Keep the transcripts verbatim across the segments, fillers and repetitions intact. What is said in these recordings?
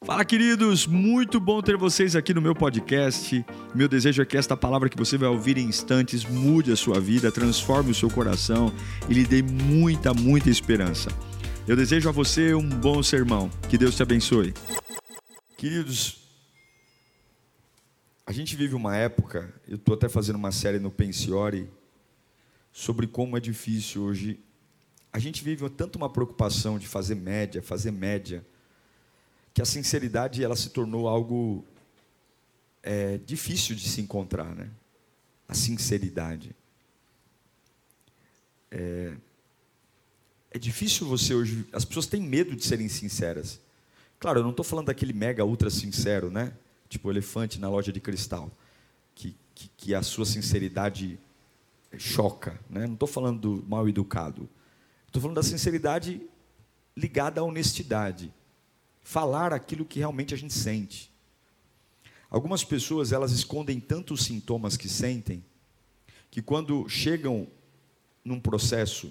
Fala, queridos, muito bom ter vocês aqui no meu podcast. Meu desejo é que esta palavra que você vai ouvir em instantes mude a sua vida, transforme o seu coração e lhe dê muita, muita esperança. Eu desejo a você um bom sermão. Que Deus te abençoe. Queridos, a gente vive uma época, eu estou até fazendo uma série no Pensiore, sobre como é difícil hoje. A gente vive tanto uma preocupação de fazer média, fazer média, que a sinceridade ela se tornou algo é, difícil de se encontrar, né? A sinceridade. É, é difícil você hoje... As pessoas têm medo de serem sinceras. Claro, eu não estou falando daquele mega ultra sincero, né? Tipo o elefante na loja de cristal, que, que, que a sua sinceridade choca, né? Não estou falando do mal educado. Estou falando da sinceridade ligada à honestidade. Falar aquilo que realmente a gente sente. Algumas pessoas, elas escondem tanto os sintomas que sentem, que quando chegam num processo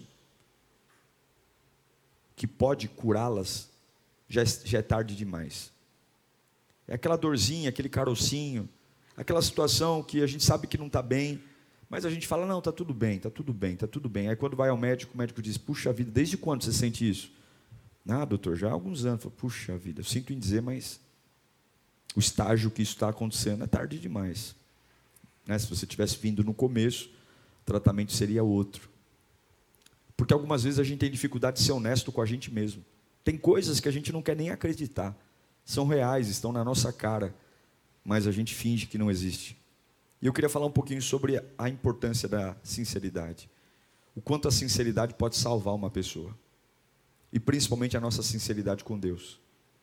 que pode curá-las, já, é, já é tarde demais. É aquela dorzinha, aquele carocinho, aquela situação que a gente sabe que não está bem, mas a gente fala, não, está tudo bem, está tudo bem, está tudo bem. Aí quando vai ao médico, o médico diz, puxa vida, desde quando você sente isso? Ah, doutor, já há alguns anos. Falo, puxa vida, eu sinto em dizer, mas o estágio que isso está acontecendo é tarde demais. Né? Se você tivesse vindo no começo, o tratamento seria outro. Porque algumas vezes a gente tem dificuldade de ser honesto com a gente mesmo. Tem coisas que a gente não quer nem acreditar. São reais, estão na nossa cara, mas a gente finge que não existe. E eu queria falar um pouquinho sobre a importância da sinceridade. O quanto a sinceridade pode salvar uma pessoa. E principalmente a nossa sinceridade com Deus.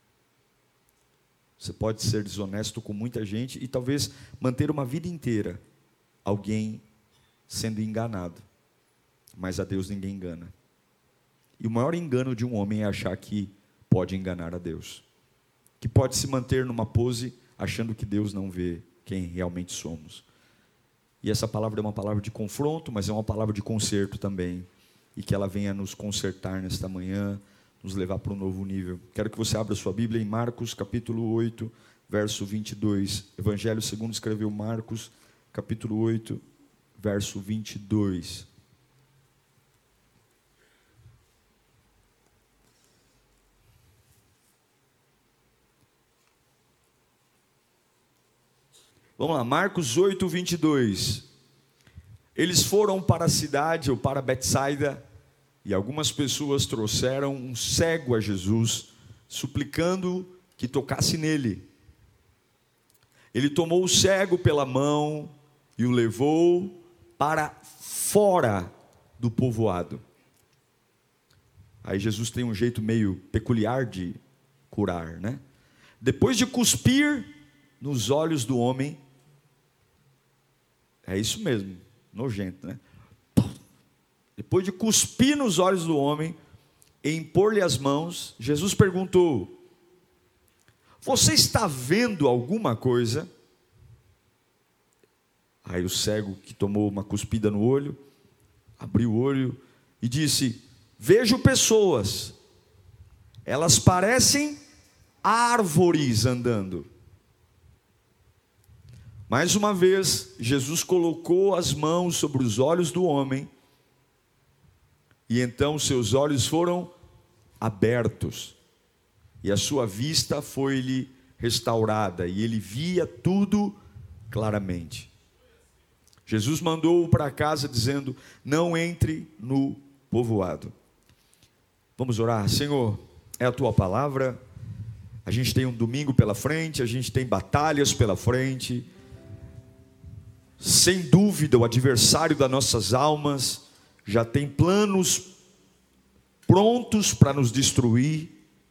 Você pode ser desonesto com muita gente e talvez manter uma vida inteira alguém sendo enganado. Mas a Deus ninguém engana. E o maior engano de um homem é achar que pode enganar a Deus. Que pode se manter numa pose achando que Deus não vê quem realmente somos. E essa palavra é uma palavra de confronto, mas é uma palavra de conserto também. E que ela venha nos consertar nesta manhã, nos levar para um novo nível. Quero que você abra sua Bíblia em Marcos, capítulo oito, verso vinte e dois. Evangelho segundo escreveu Marcos, capítulo oito, verso vinte e dois. Vamos lá, Marcos oito, vinte e dois. Eles foram para a cidade, ou para Betsaida, e algumas pessoas trouxeram um cego a Jesus, suplicando que tocasse nele. Ele tomou o cego pela mão e o levou para fora do povoado. Aí Jesus tem um jeito meio peculiar de curar, né? Depois de cuspir nos olhos do homem, é isso mesmo, nojento, né? Depois de cuspir nos olhos do homem e impor-lhe as mãos, Jesus perguntou, você está vendo alguma coisa? Aí o cego, que tomou uma cuspida no olho, abriu o olho e disse, vejo pessoas, elas parecem árvores andando. Mais uma vez, Jesus colocou as mãos sobre os olhos do homem, e então seus olhos foram abertos, e a sua vista foi-lhe restaurada, e ele via tudo claramente. Jesus mandou-o para casa, dizendo, não entre no povoado. Vamos orar. Senhor, é a tua palavra, a gente tem um domingo pela frente, a gente tem batalhas pela frente, sem dúvida o adversário das nossas almas já tem planos prontos para nos destruir,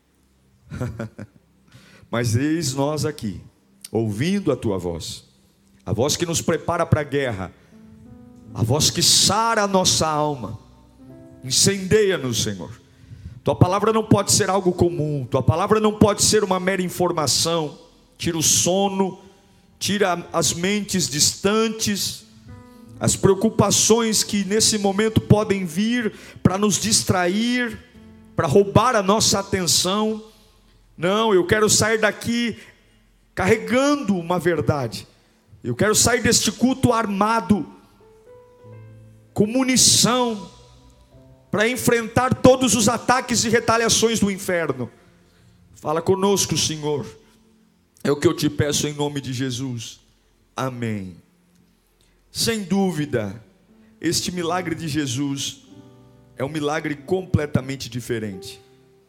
mas eis nós aqui, ouvindo a tua voz, a voz que nos prepara para a guerra, a voz que sara a nossa alma, incendeia-nos, Senhor. Tua palavra não pode ser algo comum, tua palavra não pode ser uma mera informação, tira o sono, tira as mentes distantes, as preocupações que nesse momento podem vir para nos distrair, para roubar a nossa atenção. Não, eu quero sair daqui carregando uma verdade. Eu quero sair deste culto armado, com munição, para enfrentar todos os ataques e retaliações do inferno. Fala conosco, Senhor. É o que eu te peço em nome de Jesus. Amém. Sem dúvida, este milagre de Jesus é um milagre completamente diferente.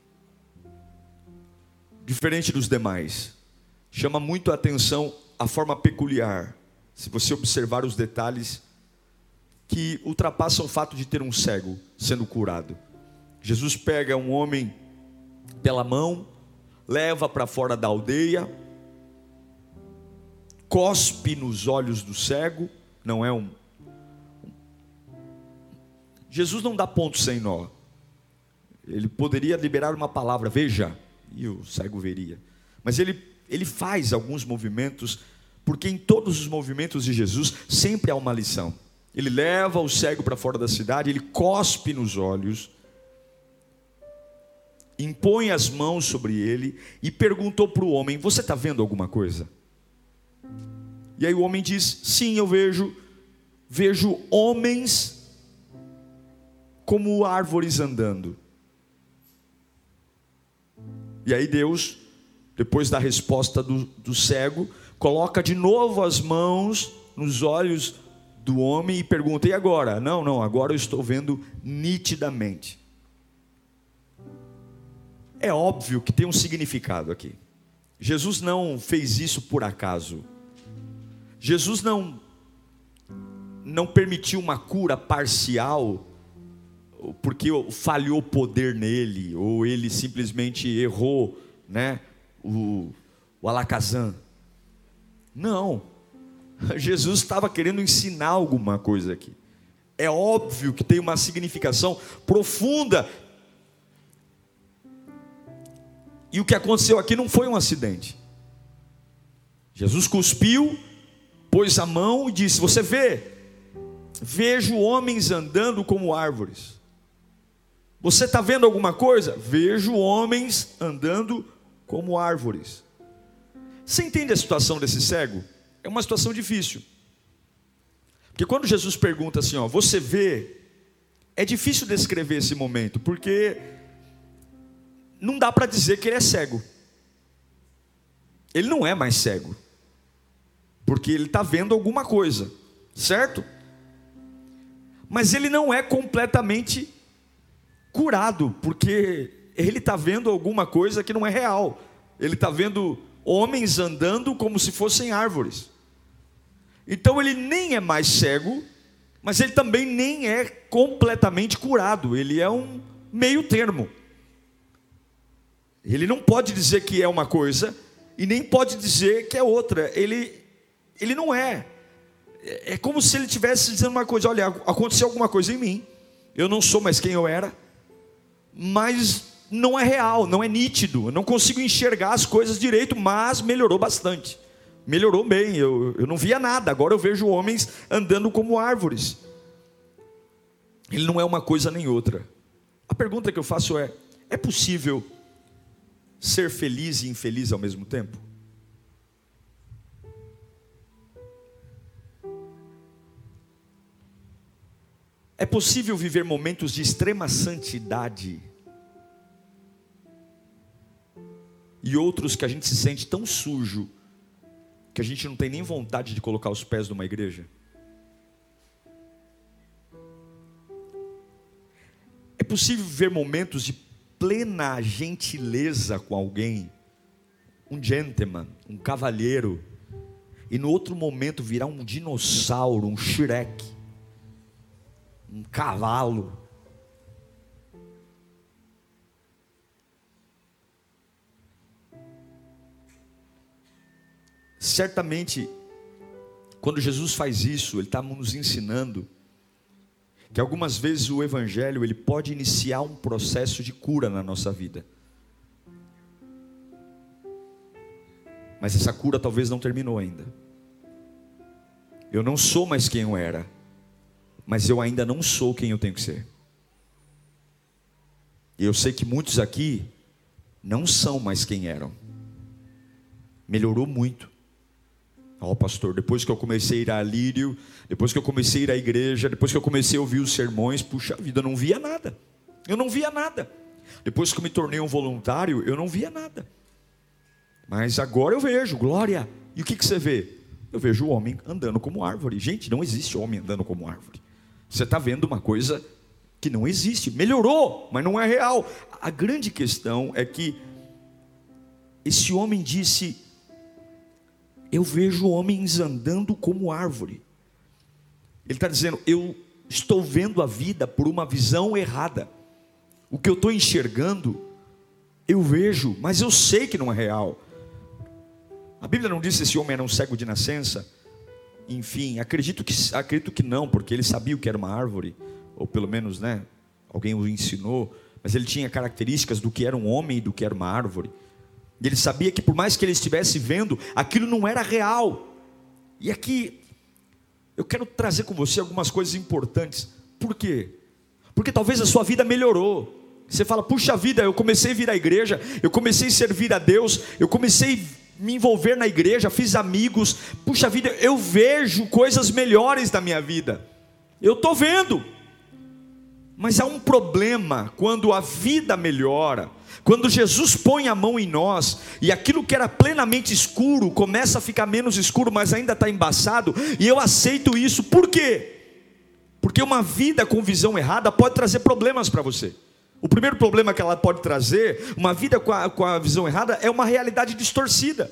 Diferente dos demais. Chama muito a atenção a forma peculiar, se você observar os detalhes, que ultrapassam o fato de ter um cego sendo curado. Jesus pega um homem pela mão, leva para fora da aldeia, cospe nos olhos do cego. Não é um... Jesus não dá ponto sem nó. Ele poderia liberar uma palavra, veja, e o cego veria. Mas ele, ele faz alguns movimentos, porque em todos os movimentos de Jesus sempre há uma lição. Ele leva o cego para fora da cidade, ele cospe nos olhos, impõe as mãos sobre ele e perguntou para o homem: você está vendo alguma coisa? E aí o homem diz: sim, eu vejo, vejo homens como árvores andando. E aí Deus, depois da resposta do, do cego, coloca de novo as mãos nos olhos do homem e pergunta: e agora? Não, não, agora eu estou vendo nitidamente. É óbvio que tem um significado aqui. Jesus não fez isso por acaso. Jesus não, não permitiu uma cura parcial porque falhou o poder nele, ou ele simplesmente errou, né, o, o alakazam. Não, Jesus estava querendo ensinar alguma coisa aqui. É óbvio que tem uma significação profunda. E o que aconteceu aqui não foi um acidente. Jesus cuspiu, pôs a mão e disse: você vê, vejo homens andando como árvores. Você está vendo alguma coisa? Vejo homens andando como árvores. Você entende a situação desse cego? É uma situação difícil. Porque quando Jesus pergunta assim, ó, você vê, é difícil descrever esse momento, porque não dá para dizer que ele é cego. Ele não é mais cego, porque ele está vendo alguma coisa, certo? Mas ele não é completamente curado, porque ele está vendo alguma coisa que não é real. Ele está vendo homens andando como se fossem árvores. Então ele nem é mais cego, mas ele também nem é completamente curado. Ele é um meio termo. Ele não pode dizer que é uma coisa e nem pode dizer que é outra. Ele, ele não é. É como se ele estivesse dizendo uma coisa: olha, aconteceu alguma coisa em mim, eu não sou mais quem eu era, mas não é real, não é nítido, eu não consigo enxergar as coisas direito, mas melhorou bastante, melhorou bem, eu, eu não via nada, agora eu vejo homens andando como árvores. Ele não é uma coisa nem outra. A pergunta que eu faço é: é possível ser feliz e infeliz ao mesmo tempo? É possível viver momentos de extrema santidade e outros que a gente se sente tão sujo que a gente não tem nem vontade de colocar os pés numa igreja? É possível viver momentos de plena gentileza com alguém, um gentleman, um cavalheiro, e no outro momento virar um dinossauro, um Shrek, um cavalo? Certamente, quando Jesus faz isso, Ele está nos ensinando que algumas vezes o Evangelho ele pode iniciar um processo de cura na nossa vida. Mas essa cura talvez não terminou ainda. Eu não sou mais quem eu era, mas eu ainda não sou quem eu tenho que ser. E eu sei que muitos aqui não são mais quem eram. Melhorou muito. Ó, pastor, depois que eu comecei a ir a Lírio, depois que eu comecei a ir à igreja, depois que eu comecei a ouvir os sermões, puxa vida, eu não via nada. Eu não via nada. Depois que eu me tornei um voluntário, eu não via nada. Mas agora eu vejo, glória. E o que, que você vê? Eu vejo o homem andando como árvore. Gente, não existe homem andando como árvore. Você está vendo uma coisa que não existe. Melhorou, mas não é real. A grande questão é que esse homem disse: eu vejo homens andando como árvore. Ele está dizendo: eu estou vendo a vida por uma visão errada. O que eu estou enxergando, eu vejo, mas eu sei que não é real. A Bíblia não diz se esse homem era um cego de nascença. Enfim, acredito que, acredito que não, porque ele sabia o que era uma árvore, ou pelo menos, né, alguém o ensinou. Mas ele tinha características do que era um homem e do que era uma árvore. E ele sabia que por mais que ele estivesse vendo, aquilo não era real. E aqui eu quero trazer com você algumas coisas importantes. Por quê? Porque talvez a sua vida melhorou. Você fala: puxa vida, eu comecei a vir à igreja, eu comecei a servir a Deus, eu comecei a me envolver na igreja, fiz amigos. Puxa vida, eu vejo coisas melhores da minha vida. Eu estou vendo. Mas há um problema quando a vida melhora. Quando Jesus põe a mão em nós, e aquilo que era plenamente escuro começa a ficar menos escuro, mas ainda está embaçado, e eu aceito isso. Por quê? Porque uma vida com visão errada pode trazer problemas para você. O primeiro problema que ela pode trazer, uma vida com a, com a visão errada, é uma realidade distorcida.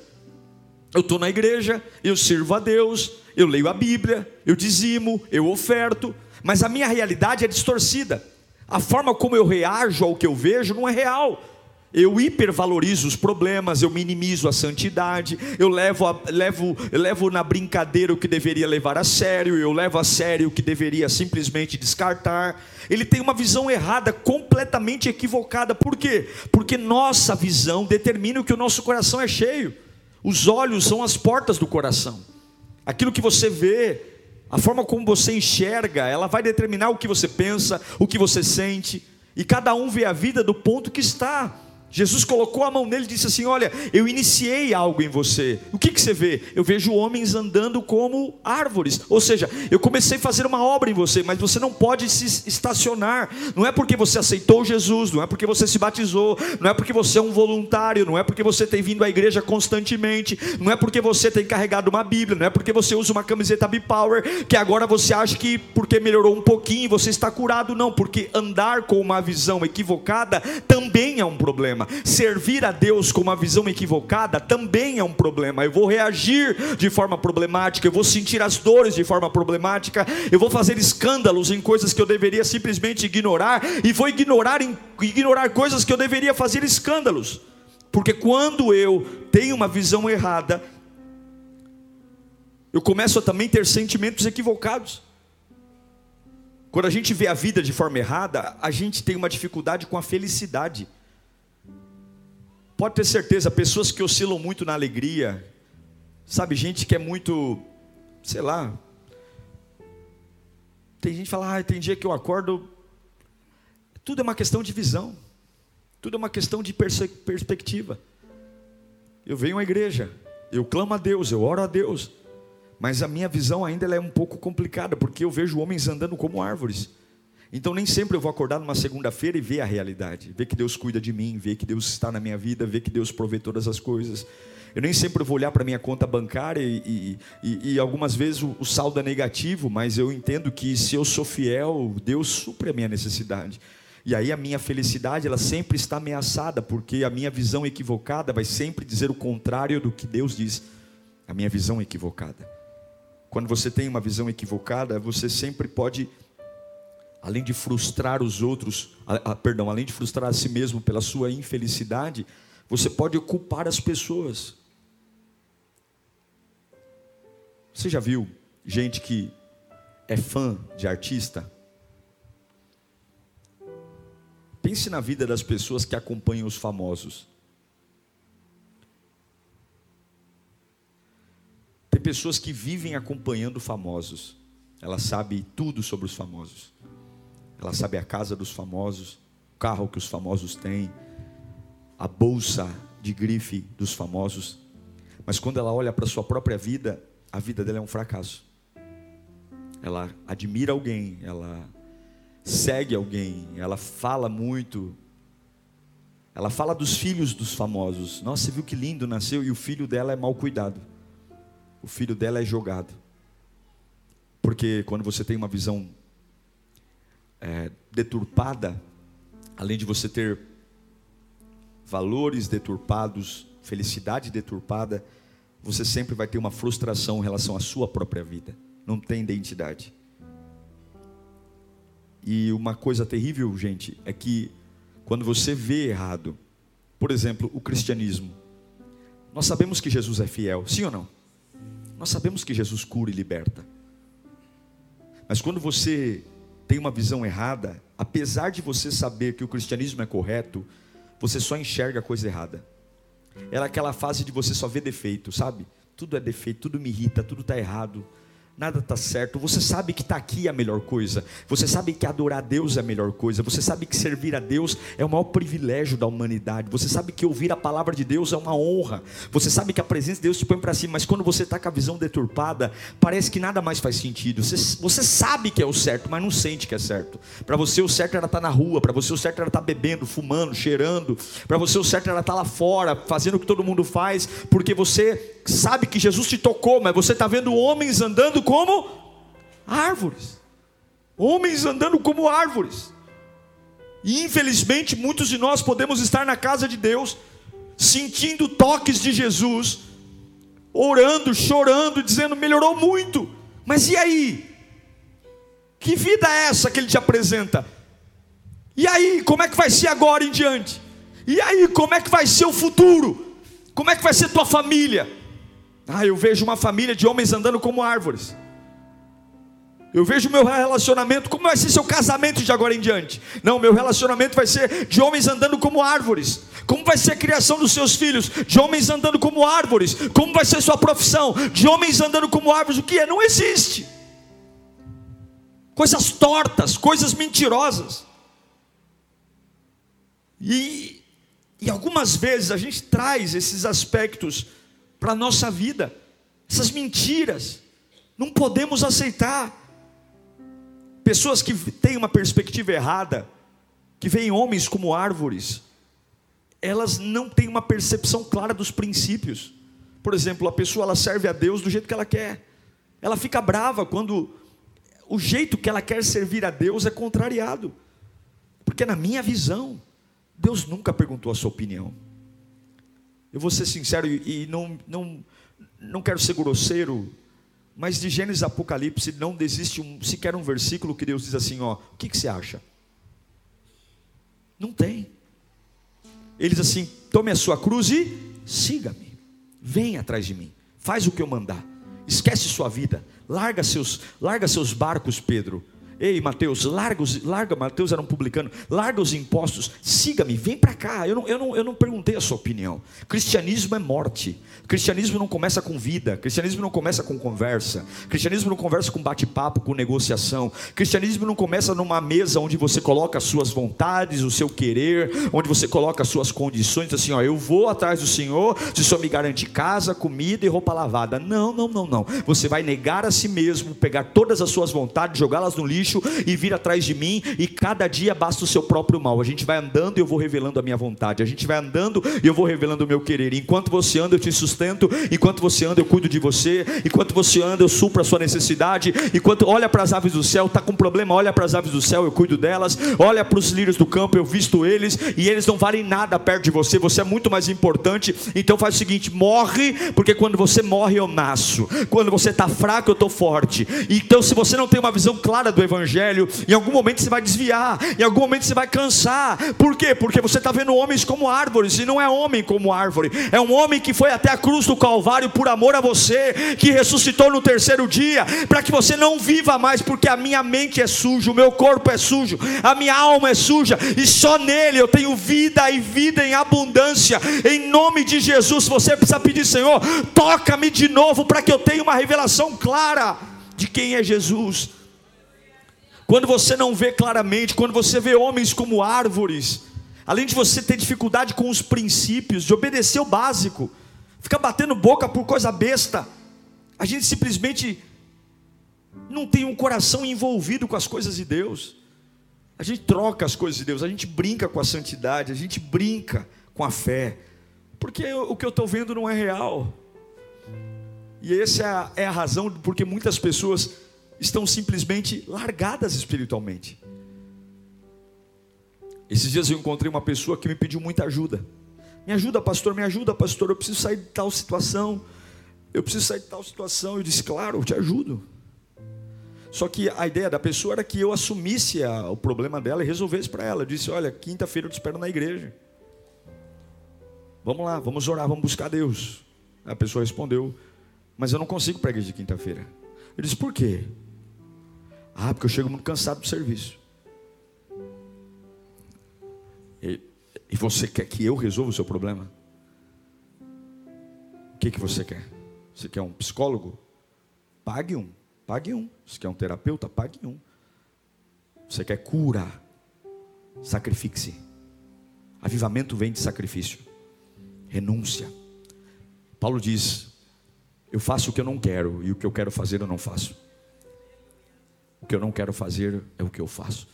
Eu estou na igreja, eu sirvo a Deus, eu leio a Bíblia, eu dizimo, eu oferto, mas a minha realidade é distorcida. A forma como eu reajo ao que eu vejo não é real. Eu hipervalorizo os problemas, eu minimizo a santidade, eu levo, a, levo, eu levo na brincadeira o que deveria levar a sério, eu levo a sério o que deveria simplesmente descartar. Ele tem uma visão errada, completamente equivocada. Por quê? Porque nossa visão determina o que o nosso coração é cheio. Os olhos são as portas do coração. Aquilo que você vê, a forma como você enxerga, ela vai determinar o que você pensa, o que você sente. E cada um vê a vida do ponto que está. Jesus colocou a mão nele e disse assim: olha, eu iniciei algo em você. O que, que você vê? Eu vejo homens andando como árvores. Ou seja, eu comecei a fazer uma obra em você, mas você não pode se estacionar. Não é porque você aceitou Jesus, não é porque você se batizou, não é porque você é um voluntário, não é porque você tem vindo à igreja constantemente, não é porque você tem carregado uma Bíblia, não é porque você usa uma camiseta B-Power, que agora você acha que porque melhorou um pouquinho você está curado. Não, porque andar com uma visão equivocada também é um problema. Servir a Deus com uma visão equivocada também é um problema. Eu vou reagir de forma problemática, eu vou sentir as dores de forma problemática, eu vou fazer escândalos em coisas que eu deveria simplesmente ignorar, e vou ignorar, em, ignorar coisas que eu deveria fazer escândalos. Porque quando eu tenho uma visão errada, eu começo a também ter sentimentos equivocados. Quando a gente vê a vida de forma errada, a gente tem uma dificuldade com a felicidade. Pode ter certeza, pessoas que oscilam muito na alegria, sabe, gente que é muito, sei lá, tem gente que fala: ah, tem dia que eu acordo, tudo é uma questão de visão, tudo é uma questão de perse- perspectiva. Eu venho à igreja, eu clamo a Deus, eu oro a Deus, mas a minha visão ainda ela é um pouco complicada, porque eu vejo homens andando como árvores. Então nem sempre eu vou acordar numa segunda-feira e ver a realidade, ver que Deus cuida de mim, ver que Deus está na minha vida, ver que Deus provê todas as coisas. Eu nem sempre vou olhar para a minha conta bancária e, e, e, e algumas vezes o, o saldo é negativo, mas eu entendo que se eu sou fiel, Deus supre a minha necessidade. E aí a minha felicidade ela sempre está ameaçada, porque a minha visão equivocada vai sempre dizer o contrário do que Deus diz. A minha visão equivocada. Quando você tem uma visão equivocada, você sempre pode, além de frustrar os outros, a, a, perdão, além de frustrar a si mesmo pela sua infelicidade, você pode culpar as pessoas. Você já viu gente que é fã de artista? Pense na vida das pessoas que acompanham os famosos. Tem pessoas que vivem acompanhando famosos. Ela sabe tudo sobre os famosos. Ela sabe a casa dos famosos, o carro que os famosos têm. a bolsa de grife dos famosos, mas quando ela olha para a sua própria vida, a vida dela é um fracasso. Ela admira alguém, ela segue alguém, ela fala muito, ela fala dos filhos dos famosos. Nossa, você viu que lindo nasceu, e o filho dela é mal cuidado, o filho dela é jogado. Porque quando você tem uma visão é, deturpada, além de você ter valores deturpados, felicidade deturpada, você sempre vai ter uma frustração em relação à sua própria vida. Não tem identidade. E uma coisa terrível, gente, é que quando você vê errado, por exemplo, o cristianismo, nós sabemos que Jesus é fiel, sim ou não? Nós sabemos que Jesus cura e liberta. Mas quando você tem uma visão errada, apesar de você saber que o cristianismo é correto, você só enxerga a coisa errada. Era aquela fase de você só ver defeito, sabe? Tudo é defeito, tudo me irrita, tudo está errado, nada está certo. Você sabe que estar aqui é a melhor coisa, você sabe que adorar a Deus é a melhor coisa, você sabe que servir a Deus é o maior privilégio da humanidade, você sabe que ouvir a palavra de Deus é uma honra, você sabe que a presença de Deus te põe para cima. Mas quando você está com a visão deturpada, parece que nada mais faz sentido. Você, você sabe que é o certo, mas não sente que é certo. Para você o certo era estar na rua, para você o certo era estar bebendo, fumando, cheirando, para você o certo era estar lá fora, fazendo o que todo mundo faz, porque você sabe que Jesus te tocou, mas você está vendo homens andando como árvores, homens andando como árvores. E infelizmente muitos de nós podemos estar na casa de Deus, sentindo toques de Jesus, orando, chorando, dizendo melhorou muito, mas e aí? Que vida é essa que Ele te apresenta? E aí, como é que vai ser agora em diante? E aí, como é que vai ser o futuro? Como é que vai ser tua família? Ah, eu vejo uma família de homens andando como árvores. Eu vejo o meu relacionamento, como vai ser seu casamento de agora em diante? Não, meu relacionamento vai ser de homens andando como árvores. Como vai ser a criação dos seus filhos? De homens andando como árvores. Como vai ser sua profissão? De homens andando como árvores. O que é? Não existe. Coisas tortas, coisas mentirosas. E, e algumas vezes a gente traz esses aspectos para a nossa vida, essas mentiras, não podemos aceitar. Pessoas que têm uma perspectiva errada, que veem homens como árvores, elas não têm uma percepção clara dos princípios. Por exemplo, a pessoa ela serve a Deus do jeito que ela quer, ela fica brava quando o jeito que ela quer servir a Deus é contrariado, porque na minha visão, Deus nunca perguntou a sua opinião. Eu vou ser sincero e não, não, não quero ser grosseiro, mas de Gênesis a Apocalipse não existe um, sequer um versículo que Deus diz assim, ó, o que, que você acha? Não tem. Ele diz assim, tome a sua cruz e siga-me, venha atrás de mim, faz o que eu mandar, esquece sua vida, larga seus, larga seus barcos, Pedro. Ei, Mateus, larga, os, larga, Mateus era um publicano, larga os impostos, siga-me, vem para cá. Eu não, eu, não, eu não perguntei a sua opinião. Cristianismo é morte. Cristianismo não começa com vida. Cristianismo não começa com conversa. Cristianismo não começa com bate-papo, com negociação. Cristianismo não começa numa mesa onde você coloca as suas vontades, o seu querer, onde você coloca as suas condições, assim, ó, eu vou atrás do Senhor, se o Senhor me garante casa, comida e roupa lavada. Não, não, não, não. Você vai negar a si mesmo, pegar todas as suas vontades, jogá-las no lixo e vir atrás de mim, e cada dia basta o seu próprio mal. A gente vai andando e eu vou revelando a minha vontade, a gente vai andando e eu vou revelando o meu querer. Enquanto você anda eu te sustento, enquanto você anda eu cuido de você, enquanto você anda eu supro a sua necessidade, enquanto olha para as aves do céu, está com problema, olha para as aves do céu, eu cuido delas, olha para os lírios do campo, eu visto eles, e eles não valem nada perto de você, você é muito mais importante. Então faz o seguinte, morre, porque quando você morre eu nasço, quando você está fraco eu estou forte. Então se você não tem uma visão clara do Evangelho, Evangelho, em algum momento você vai desviar, em algum momento você vai cansar. Por quê? Porque você está vendo homens como árvores, e não é homem como árvore, é um homem que foi até a cruz do Calvário por amor a você, que ressuscitou no terceiro dia, para que você não viva mais, porque a minha mente é suja, o meu corpo é sujo, a minha alma é suja, e só nele eu tenho vida e vida em abundância. Em nome de Jesus, você precisa pedir, Senhor, toca-me de novo, para que eu tenha uma revelação clara de quem é Jesus. Quando você não vê claramente, quando você vê homens como árvores, além de você ter dificuldade com os princípios, de obedecer o básico, fica batendo boca por coisa besta, a gente simplesmente não tem um coração envolvido com as coisas de Deus. A gente troca as coisas de Deus, a gente brinca com a santidade, a gente brinca com a fé, porque o que eu estou vendo não é real. E essa é a, é a razão porque muitas pessoas estão simplesmente largadas espiritualmente. Esses dias eu encontrei uma pessoa que me pediu muita ajuda. Me ajuda, pastor, me ajuda, pastor, eu preciso sair de tal situação, eu preciso sair de tal situação. Eu disse, claro, eu te ajudo. Só que a ideia da pessoa era que eu assumisse a, o problema dela e resolvesse para ela. Eu disse, olha, quinta-feira eu te espero na igreja. Vamos lá, vamos orar, vamos buscar Deus. A pessoa respondeu, mas eu não consigo para a igreja de quinta-feira. Eu disse, por quê? Ah, porque eu chego muito cansado do serviço. E, e você quer que eu resolva o seu problema? O que, que você quer? Você quer um psicólogo? Pague um, pague um. Você quer um terapeuta? Pague um. Você quer cura? Sacrifique-se. Avivamento vem de sacrifício, renúncia. Paulo diz, eu faço o que eu não quero, e o que eu quero fazer eu não faço. O que eu não quero fazer é o que eu faço.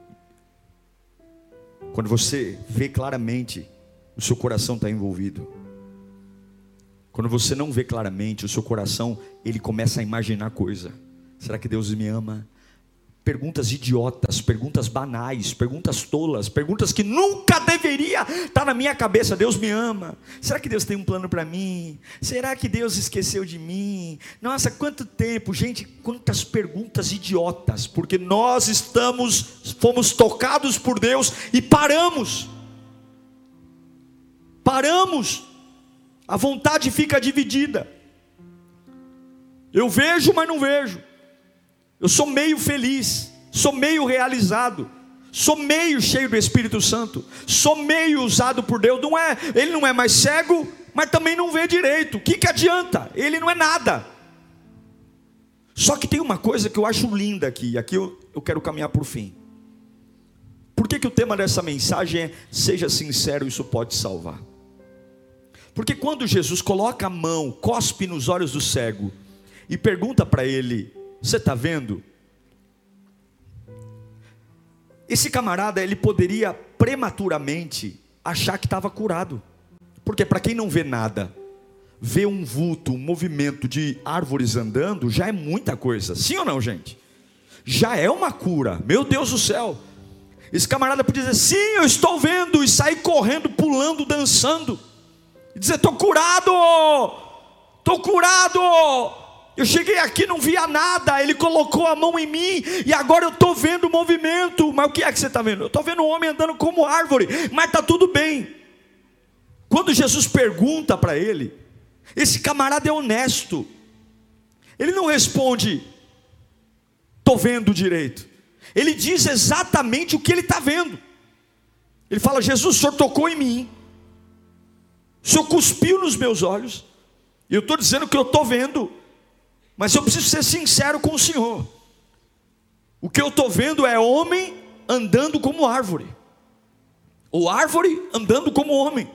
Quando você vê claramente, o seu coração está envolvido. Quando você não vê claramente, o seu coração, ele começa a imaginar coisa. Será que Deus me ama? Perguntas idiotas, perguntas banais, perguntas tolas, perguntas que nunca deveria estar na minha cabeça. Deus me ama? Será que Deus tem um plano para mim? Será que Deus esqueceu de mim? Nossa, quanto tempo, gente, quantas perguntas idiotas, porque nós estamos, fomos tocados por Deus e paramos, paramos, a vontade fica dividida, eu vejo, mas não vejo. Eu sou meio feliz, sou meio realizado, sou meio cheio do Espírito Santo, sou meio usado por Deus. Não é, ele não é mais cego, mas também não vê direito. O que, que adianta? Ele não é nada. Só que tem uma coisa que eu acho linda aqui, e aqui eu, eu quero caminhar para o fim. Por que, que o tema dessa mensagem é seja sincero, isso pode salvar? Porque quando Jesus coloca a mão, cospe nos olhos do cego e pergunta para ele, você está vendo? Esse camarada, ele poderia prematuramente achar que estava curado. Porque para quem não vê nada, ver um vulto, um movimento de árvores andando, já é muita coisa. Sim ou não, gente? Já é uma cura. Meu Deus do céu. Esse camarada podia dizer, sim, eu estou vendo, e sair correndo, pulando, dançando. E dizer, estou curado, estou curado. Eu cheguei aqui, não via nada, ele colocou a mão em mim, e agora eu estou vendo o movimento. Mas o que é que você está vendo? Eu estou vendo um homem andando como árvore, mas está tudo bem. Quando Jesus pergunta para ele, esse camarada é honesto. Ele não responde, estou vendo direito. Ele diz exatamente o que ele está vendo. Ele fala, Jesus, o Senhor tocou em mim, o Senhor cuspiu nos meus olhos, e eu estou dizendo que eu estou vendo. Mas eu preciso ser sincero com o Senhor. O que eu estou vendo é homem andando como árvore, ou árvore andando como homem.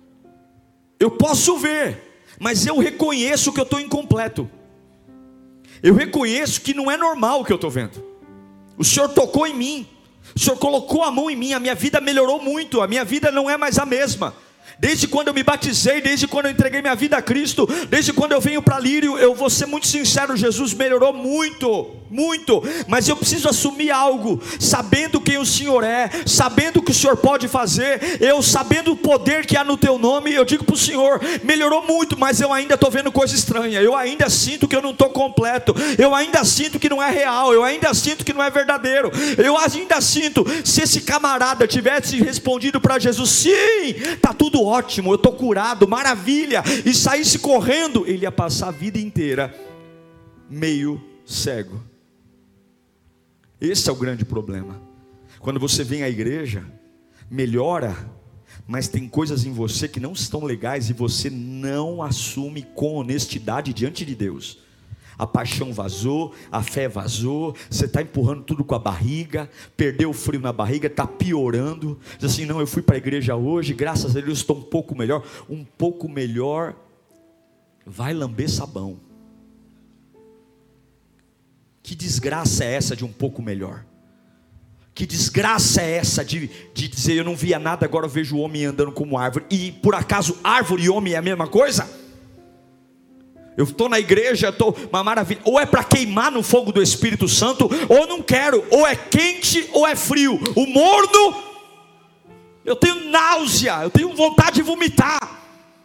Eu posso ver, mas eu reconheço que eu estou incompleto. Eu reconheço que não é normal o que eu estou vendo. O Senhor tocou em mim, o Senhor colocou a mão em mim, a minha vida melhorou muito, a minha vida não é mais a mesma. Desde quando eu me batizei, desde quando eu entreguei minha vida a Cristo, desde quando eu venho para Lírio, eu vou ser muito sincero, Jesus melhorou muito, muito, mas eu preciso assumir algo, sabendo quem o Senhor é, sabendo o que o Senhor pode fazer, eu sabendo o poder que há no teu nome, eu digo para o Senhor, melhorou muito, mas eu ainda estou vendo coisa estranha, eu ainda sinto que eu não estou completo, eu ainda sinto que não é real, eu ainda sinto que não é verdadeiro, eu ainda sinto, se esse camarada tivesse respondido para Jesus, sim, está tudo ótimo, eu estou curado, maravilha, e saísse correndo, ele ia passar a vida inteira meio cego. Esse é o grande problema. Quando você vem à igreja, melhora, mas tem coisas em você que não estão legais e você não assume com honestidade diante de Deus. A paixão vazou, a fé vazou, você está empurrando tudo com a barriga, perdeu o frio na barriga, está piorando. Diz assim: não, eu fui para a igreja hoje, graças a Deus estou um pouco melhor. Um pouco melhor vai lamber sabão. Que desgraça é essa de um pouco melhor? Que desgraça é essa de, de dizer eu não via nada, agora eu vejo o homem andando como árvore? E por acaso árvore e homem é a mesma coisa? Eu estou na igreja, estou uma maravilha. Ou é para queimar no fogo do Espírito Santo, ou não quero. Ou é quente ou é frio. O morno, eu tenho náusea, eu tenho vontade de vomitar.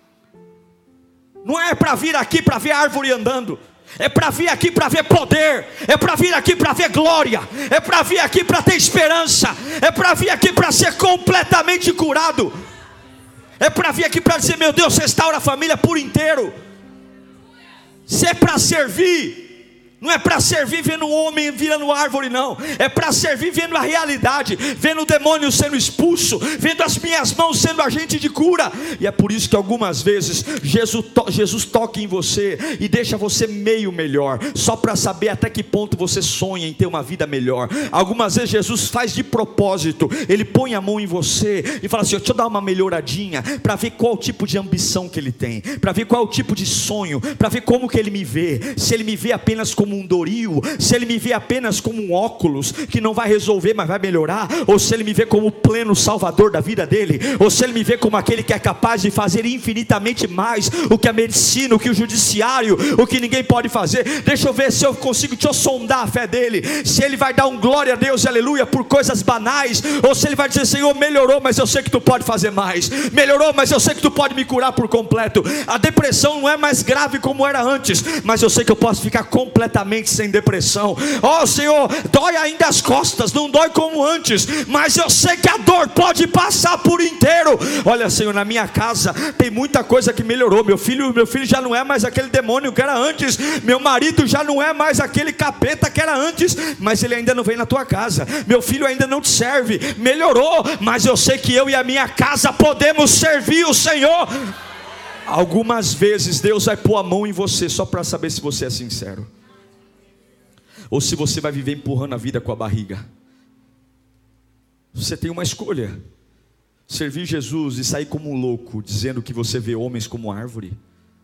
Não é para vir aqui para ver a árvore andando. É para vir aqui para ver poder. É para vir aqui para ver glória. É para vir aqui para ter esperança. É para vir aqui para ser completamente curado. É para vir aqui para dizer: meu Deus, restaura a família por inteiro. Se é para servir, não é para servir vendo o homem virando árvore, não. É para servir vendo a realidade, vendo o demônio sendo expulso, vendo as minhas mãos sendo agente de cura. E é por isso que algumas vezes Jesus, to, Jesus toca em você e deixa você meio melhor, só para saber até que ponto você sonha em ter uma vida melhor. Algumas vezes Jesus faz de propósito, Ele põe a mão em você e fala assim: deixa eu dar uma melhoradinha, para ver qual tipo de ambição que ele tem, para ver qual é o tipo de sonho, para ver como que ele me vê. Se ele me vê apenas como um doril, se ele me vê apenas como um óculos que não vai resolver, mas vai melhorar, ou se ele me vê como o pleno salvador da vida dele, ou se ele me vê como aquele que é capaz de fazer infinitamente mais o que a medicina, o que o judiciário, o que ninguém pode fazer. Deixa eu ver se eu consigo te sondar a fé dele, se ele vai dar um glória a Deus, aleluia, por coisas banais, ou se ele vai dizer: Senhor, melhorou, mas eu sei que tu pode fazer mais. Melhorou, mas eu sei que tu pode me curar por completo. A depressão não é mais grave como era antes, mas eu sei que eu posso ficar completamente sem depressão. Ó Senhor, dói ainda as costas, não dói como antes, mas eu sei que a dor pode passar por inteiro. Olha, Senhor, na minha casa tem muita coisa que melhorou. Meu filho, meu filho já não é mais aquele demônio que era antes. Meu marido já não é mais aquele capeta que era antes, mas ele ainda não vem na tua casa. Meu filho ainda não te serve. Melhorou, mas eu sei que eu e a minha casa podemos servir o Senhor. Algumas vezes Deus vai pôr a mão em você só para saber se você é sincero, ou se você vai viver empurrando a vida com a barriga. Você tem uma escolha: servir Jesus e sair como um louco, dizendo que você vê homens como árvore,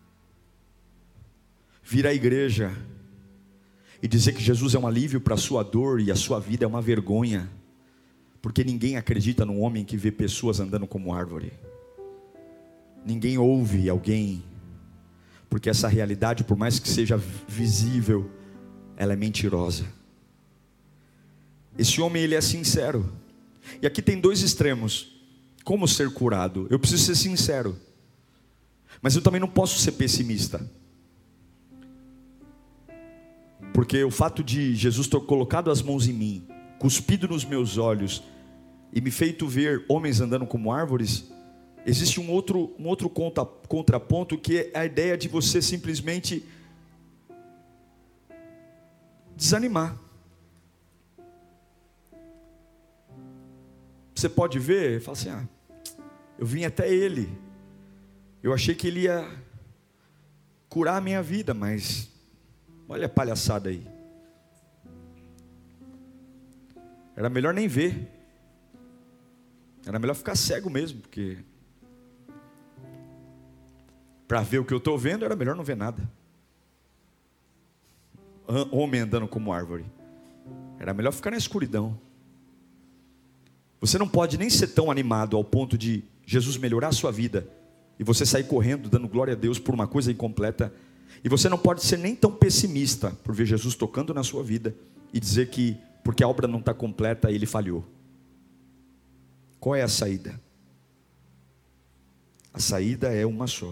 vir à igreja e dizer que Jesus é um alívio para a sua dor e a sua vida é uma vergonha, porque ninguém acredita num homem que vê pessoas andando como árvore. Ninguém ouve alguém, porque essa realidade, por mais que seja visível, ela é mentirosa. Esse homem, ele é sincero. E aqui tem dois extremos. Como ser curado? Eu preciso ser sincero, mas eu também não posso ser pessimista, porque o fato de Jesus ter colocado as mãos em mim, cuspido nos meus olhos e me feito ver homens andando como árvores, existe um outro, um outro contra, contraponto, que é a ideia de você simplesmente desanimar. Você pode ver e falar assim: ah, eu vim até ele, eu achei que ele ia curar a minha vida, mas olha a palhaçada aí. Era melhor nem ver, era melhor ficar cego mesmo, porque para ver o que eu estou vendo era melhor não ver nada. Homem andando como árvore, era melhor ficar na escuridão. Você não pode nem ser tão animado ao ponto de Jesus melhorar a sua vida e você sair correndo dando glória a Deus por uma coisa incompleta. E você não pode ser nem tão pessimista por ver Jesus tocando na sua vida e dizer que porque a obra não está completa ele falhou. Qual é a saída? A saída é uma só: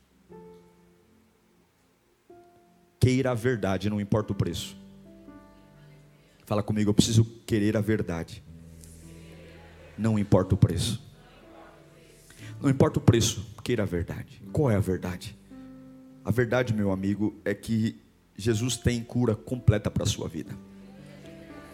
queira a verdade, não importa o preço. Fala comigo: eu preciso querer a verdade, não importa o preço. Não importa o preço, queira a verdade. Qual é a verdade? A verdade, meu amigo, é que Jesus tem cura completa para a sua vida.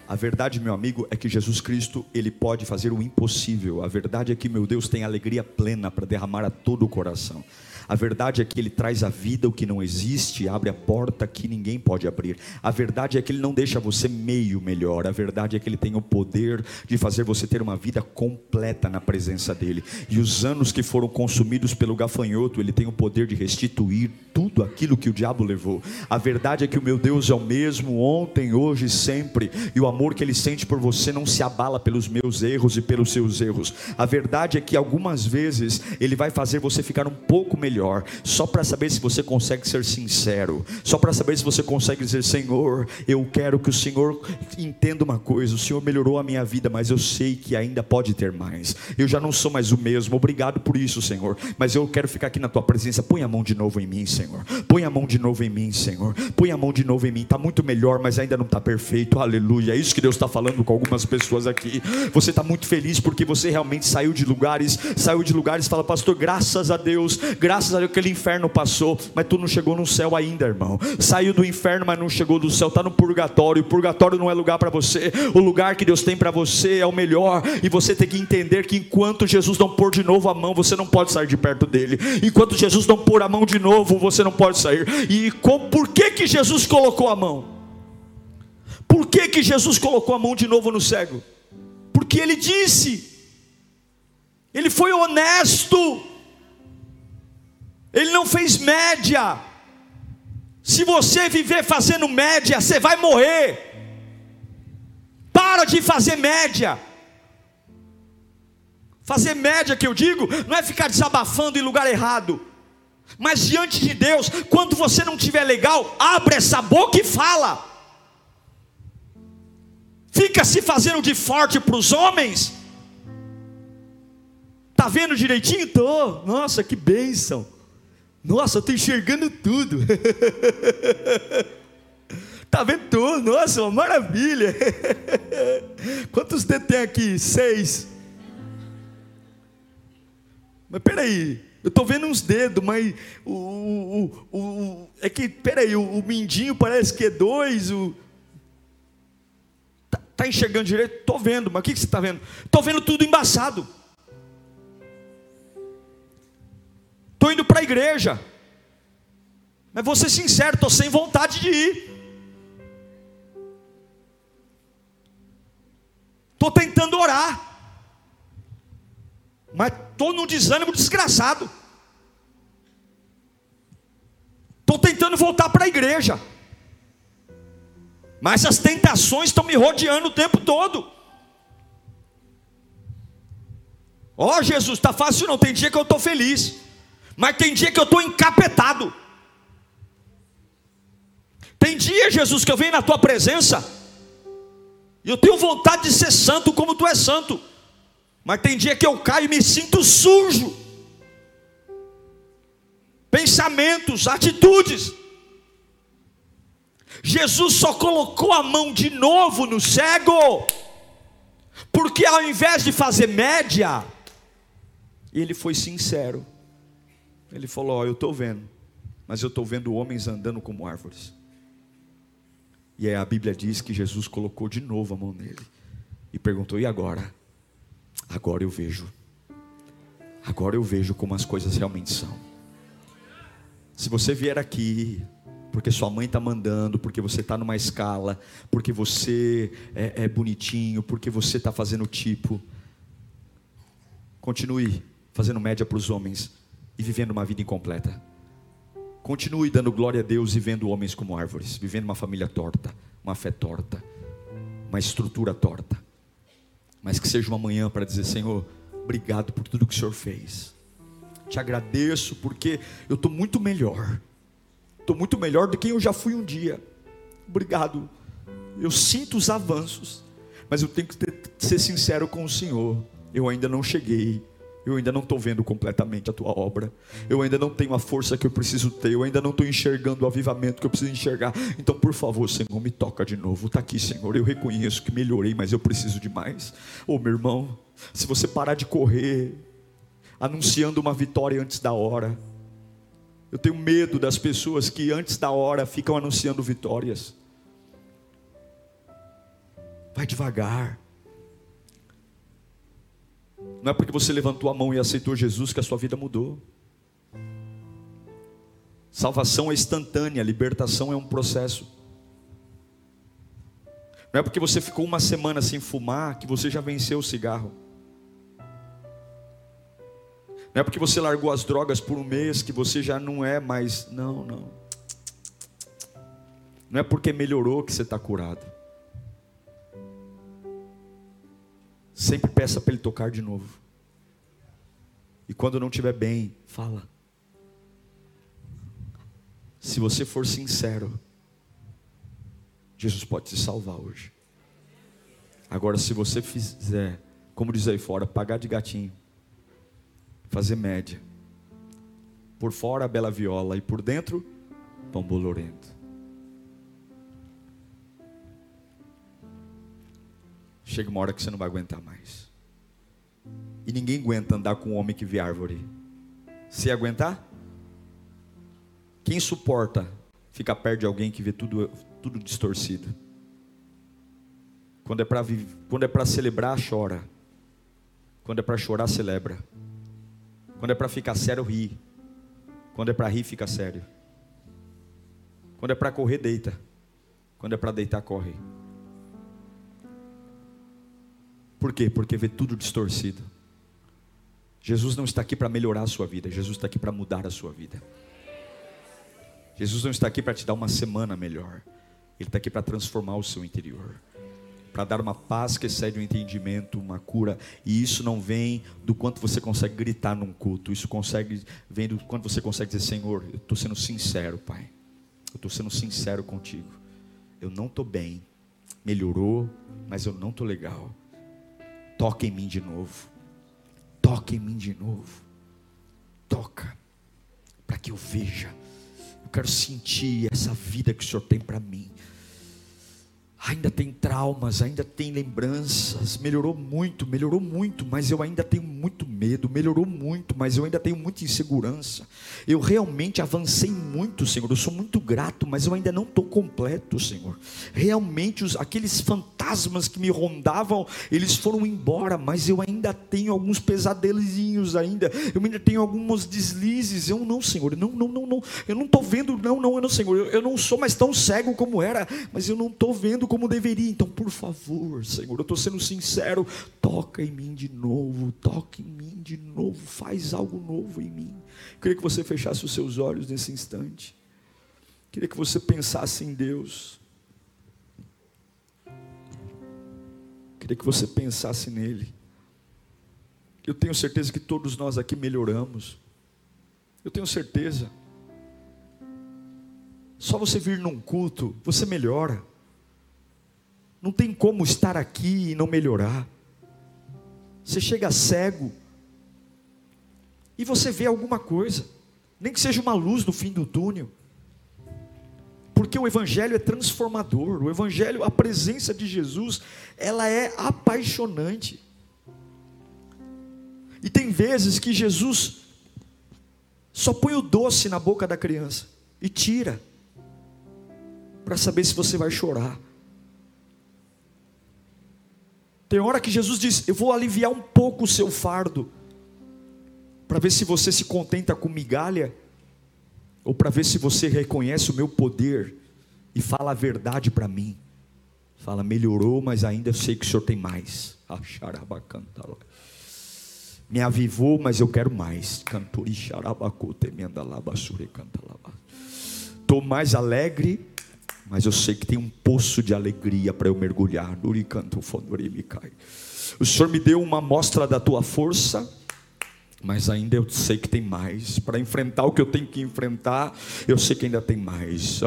A verdade, meu amigo, é que Jesus Cristo, Ele pode fazer o impossível. A verdade é que meu Deus tem alegria plena para derramar a todo o coração. A verdade é que Ele traz à vida o que não existe, abre a porta que ninguém pode abrir. A verdade é que Ele não deixa você meio melhor. A verdade é que Ele tem o poder de fazer você ter uma vida completa na presença dEle. E os anos que foram consumidos pelo gafanhoto, Ele tem o poder de restituir tudo aquilo que o diabo levou. A verdade é que o meu Deus é o mesmo ontem, hoje e sempre. E o amor que Ele sente por você não se abala pelos meus erros e pelos seus erros. A verdade é que algumas vezes Ele vai fazer você ficar um pouco melhor, só para saber se você consegue ser sincero, só para saber se você consegue dizer: Senhor, eu quero que o Senhor entenda uma coisa, o Senhor melhorou a minha vida, mas eu sei que ainda pode ter mais, eu já não sou mais o mesmo, obrigado por isso, Senhor, mas eu quero ficar aqui na tua presença. Põe a mão de novo em mim, Senhor, põe a mão de novo em mim, Senhor, põe a mão de novo em mim. Está muito melhor, mas ainda não está perfeito, aleluia. É isso que Deus está falando com algumas pessoas aqui. Você está muito feliz porque você realmente saiu de lugares, saiu de lugares e fala: pastor, graças a Deus, graças a Deus que aquele inferno passou, mas tu não chegou no céu ainda, irmão. Saiu do inferno, mas não chegou do céu, está no purgatório. O purgatório não é lugar para você. O lugar que Deus tem para você é o melhor, e você tem que entender que enquanto Jesus não pôr de novo a mão, você não pode sair de perto dele. Enquanto Jesus não pôr a mão de novo, você não pode sair. E com, por que que Jesus colocou a mão? Por que que Jesus colocou a mão de novo no cego? Porque ele disse, ele foi honesto, ele não fez média. Se você viver fazendo média, você vai morrer. Para de fazer média. Fazer média, que eu digo, não é ficar desabafando em lugar errado, mas diante de Deus, quando você não estiver legal, abre essa boca e fala. Fica se fazendo de forte para os homens. Está vendo direitinho? Tô. Nossa, que bênção. Nossa, eu estou enxergando tudo. Está vendo tudo? Nossa, uma maravilha. Quantos dedos tem aqui? Seis. Mas peraí, eu estou vendo uns dedos, mas o, o, o, o, é que, peraí, o, o mindinho parece que é dois. O... Está tá enxergando direito? Estou vendo, mas o que, que você está vendo? Estou vendo tudo embaçado. Estou indo para a igreja, mas vou ser sincero, estou sem vontade de ir. Estou tentando orar, mas estou num desânimo desgraçado. Estou tentando voltar para a igreja, mas as tentações estão me rodeando o tempo todo. Ó oh, Jesus, está fácil não, tem dia que eu estou feliz, mas tem dia que eu estou encapetado. Tem dia, Jesus, que eu venho na tua presença e eu tenho vontade de ser santo como tu és santo, mas tem dia que eu caio e me sinto sujo. Pensamentos, atitudes. Jesus só colocou a mão de novo no cego porque ao invés de fazer média, ele foi sincero. Ele falou: ó, eu estou vendo, mas eu estou vendo homens andando como árvores. E aí a Bíblia diz que Jesus colocou de novo a mão nele e perguntou: e agora? Agora eu vejo. Agora eu vejo como as coisas realmente são. Se você vier aqui porque sua mãe está mandando, porque você está numa escala, porque você é, é bonitinho, porque você está fazendo tipo, continue fazendo média para os homens e vivendo uma vida incompleta. Continue dando glória a Deus e vendo homens como árvores, vivendo uma família torta, uma fé torta, uma estrutura torta. Mas que seja uma manhã para dizer: Senhor, obrigado por tudo que o Senhor fez. Te agradeço porque eu estou muito melhor. Estou muito melhor do que eu já fui um dia. Obrigado. Eu sinto os avanços, mas eu tenho que ter, ser sincero com o Senhor. Eu ainda não cheguei. Eu ainda não estou vendo completamente a tua obra. Eu ainda não tenho a força que eu preciso ter. Eu ainda não estou enxergando o avivamento que eu preciso enxergar. Então, por favor, Senhor, me toca de novo. Está aqui, Senhor. Eu reconheço que melhorei, mas eu preciso de mais. Ô, meu irmão, se você parar de correr anunciando uma vitória antes da hora, eu tenho medo das pessoas que antes da hora ficam anunciando vitórias. Vai devagar. Não é porque você levantou a mão e aceitou Jesus que a sua vida mudou. Salvação é instantânea, libertação é um processo. Não é porque você ficou uma semana sem fumar que você já venceu o cigarro. Não é porque você largou as drogas por um mês que você já não é mais. Não, não. Não é porque melhorou que você está curado. Sempre peça para Ele tocar de novo. E quando não estiver bem, fala. Se você for sincero, Jesus pode te salvar hoje. Agora, se você fizer, como diz aí fora, pagar de gatinho, fazer média, por fora a bela viola e por dentro, pão bolorento. Chega uma hora que você não vai aguentar mais. E ninguém aguenta andar com um homem que vê árvore. Se aguentar? Quem suporta ficar perto de alguém que vê tudo, tudo distorcido? Quando é para quando é para celebrar, chora. Quando é para chorar, celebra. Quando é para ficar sério, ri. Quando é para rir, fica sério. Quando é para correr, deita. Quando é para deitar, corre. Por quê? Porque vê tudo distorcido. Jesus não está aqui para melhorar a sua vida. Jesus está aqui para mudar a sua vida. Jesus não está aqui para te dar uma semana melhor. Ele está aqui para transformar o seu interior, para dar uma paz que excede o entendimento, uma cura. E isso não vem do quanto você consegue gritar num culto. Isso consegue, vem do quanto você consegue dizer: Senhor, eu estou sendo sincero, Pai. Eu estou sendo sincero contigo. Eu não estou bem. Melhorou, mas eu não estou legal. Toca em mim de novo. Toca em mim de novo. Toca, para que eu veja. Eu quero sentir essa vida que o Senhor tem para mim. Ainda tem traumas, ainda tem lembranças. Melhorou muito, melhorou muito, mas eu ainda tenho muito medo. Melhorou muito, mas eu ainda tenho muita insegurança. Eu realmente avancei muito, Senhor. Eu sou muito grato, mas eu ainda não estou completo, Senhor. Realmente os, aqueles fantasmas que me rondavam, eles foram embora, mas eu ainda tenho alguns pesadelinhos ainda. Eu ainda tenho alguns deslizes. Eu não, Senhor. Não, não, não, não. Eu não estou vendo, não, não, eu não, Senhor. Eu, eu não sou mais tão cego como era, mas eu não estou vendo como deveria. Então, por favor, Senhor, eu estou sendo sincero, toca em mim de novo, toca em mim de novo, faz algo novo em mim. Eu queria que você fechasse os seus olhos nesse instante. Eu queria que você pensasse em Deus. Eu queria que você pensasse nele. Eu tenho certeza que todos nós aqui melhoramos. Eu tenho certeza. Só você vir num culto, você melhora. Não tem como estar aqui e não melhorar. Você chega cego e você vê alguma coisa, nem que seja uma luz no fim do túnel, porque o Evangelho é transformador. O Evangelho, a presença de Jesus, ela é apaixonante. E tem vezes que Jesus só põe o doce na boca da criança e tira, para saber se você vai chorar. Tem hora que Jesus diz: eu vou aliviar um pouco o seu fardo, para ver se você se contenta com migalha, ou para ver se você reconhece o meu poder e fala a verdade para mim. Fala: melhorou, mas ainda eu sei que o Senhor tem mais. Me avivou, mas eu quero mais. Estou mais alegre, mas eu sei que tem um poço de alegria para eu mergulhar. O Senhor me deu uma amostra da tua força, mas ainda eu sei que tem mais. Para enfrentar o que eu tenho que enfrentar, eu sei que ainda tem mais.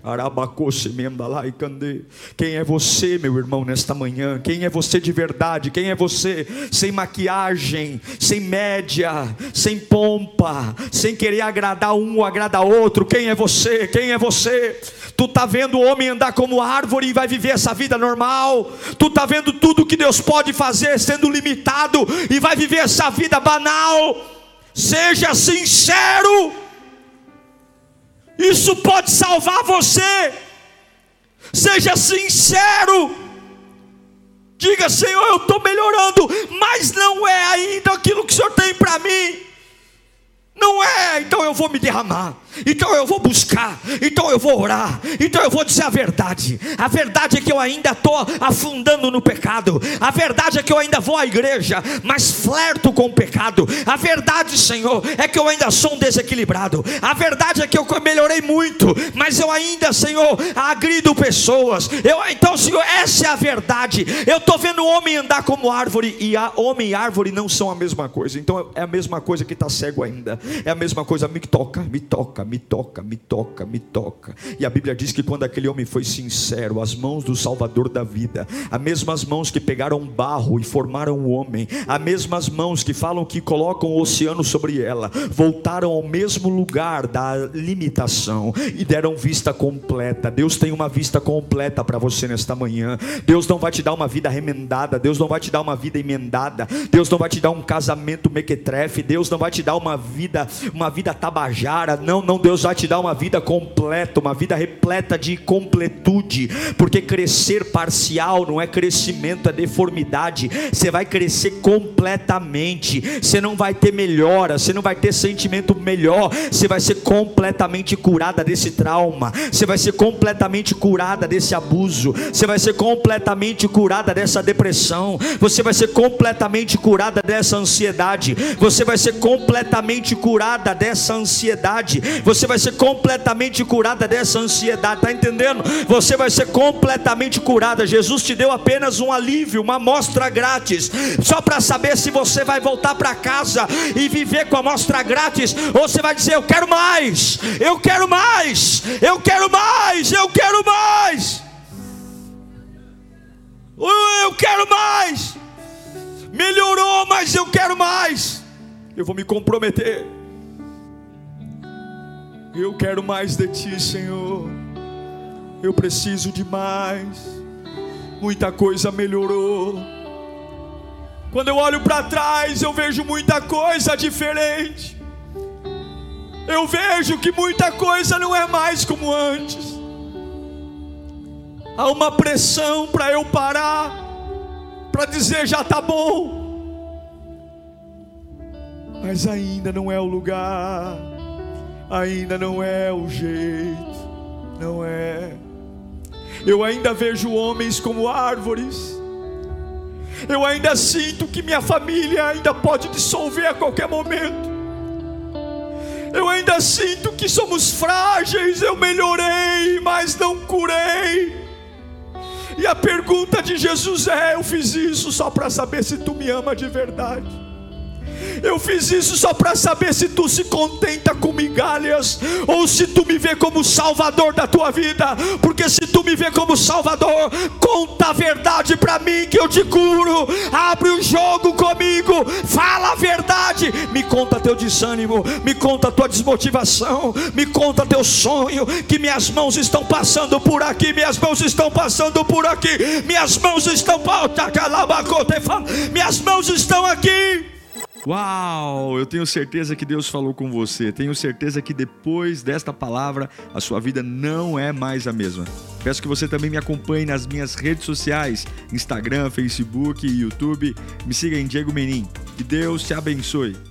Quem é você, meu irmão, nesta manhã? Quem é você de verdade? Quem é você sem maquiagem, sem média, sem pompa, sem querer agradar um ou agradar outro? Quem é você? Quem é você? Tu está vendo o homem andar como árvore e vai viver essa vida normal? Tu está vendo tudo que Deus pode fazer sendo limitado e vai viver essa vida banal? Seja sincero. Isso pode salvar você. Seja sincero. Diga: Senhor, eu estou melhorando, mas não é ainda aquilo que o Senhor tem para mim. Não é, então eu vou me derramar, então eu vou buscar, então eu vou orar, então eu vou dizer a verdade. A verdade é que eu ainda estou afundando no pecado. A verdade é que eu ainda vou à igreja, mas flerto com o pecado. A verdade, Senhor, é que eu ainda sou um desequilibrado. A verdade é que eu melhorei muito, mas eu ainda, Senhor, agrido pessoas. Eu, então, Senhor, essa é a verdade. Eu estou vendo o homem andar como árvore, e a homem e árvore não são a mesma coisa. Então é a mesma coisa que está cego ainda. É a mesma coisa, me toca, me toca, me toca, me toca, me toca. E a Bíblia diz que quando aquele homem foi sincero, as mãos do Salvador da vida, as mesmas mãos que pegaram barro e formaram o homem, as mesmas mãos que falam que colocam o oceano sobre ela, voltaram ao mesmo lugar da limitação e deram vista completa. Deus tem uma vista completa para você nesta manhã. Deus não vai te dar uma vida remendada, Deus não vai te dar uma vida emendada, Deus não vai te dar um casamento mequetrefe, Deus não vai te dar uma vida uma vida tabajara. Não, não, Deus vai te dar uma vida completa, uma vida repleta de completude, porque crescer parcial não é crescimento, é deformidade. Você vai crescer completamente, você não vai ter melhora, você não vai ter sentimento melhor, você vai ser completamente curada desse trauma, você vai ser completamente curada desse abuso, você vai ser completamente curada dessa depressão, você vai ser completamente curada dessa ansiedade, você vai ser completamente curada dessa ansiedade, você vai ser completamente curada dessa ansiedade, está entendendo? Você vai ser completamente curada. Jesus te deu apenas um alívio, uma amostra grátis, só para saber se você vai voltar para casa e viver com a amostra grátis, ou você vai dizer: eu quero mais, eu quero mais, eu quero mais, eu quero mais, eu quero mais. Melhorou, mas eu quero mais. Eu vou me comprometer. Eu quero mais de ti, Senhor. Eu preciso de mais. Muita coisa melhorou. Quando eu olho para trás, eu vejo muita coisa diferente. Eu vejo que muita coisa não é mais como antes. Há uma pressão para eu parar, para dizer: já está bom. Mas ainda não é o lugar, ainda não é o jeito, não é. Eu ainda vejo homens como árvores. Eu ainda sinto que minha família ainda pode dissolver a qualquer momento. Eu ainda sinto que somos frágeis. Eu melhorei, mas não curei. E a pergunta de Jesus é: eu fiz isso só para saber se tu me ama de verdade? Eu fiz isso só para saber se tu se contenta com migalhas, ou se tu me vê como Salvador da tua vida? Porque se tu me vê como Salvador, conta a verdade para mim que eu te curo. Abre o jogo comigo, fala a verdade. Me conta teu desânimo, me conta tua desmotivação, me conta teu sonho, que minhas mãos estão passando por aqui, minhas mãos estão passando por aqui, minhas mãos estão minhas mãos estão aqui. Uau, eu tenho certeza que Deus falou com você. Tenho certeza que depois desta palavra a sua vida não é mais a mesma. Peço que você também me acompanhe nas minhas redes sociais, Instagram, Facebook e YouTube. Me siga em Diego Menin. Que Deus te abençoe.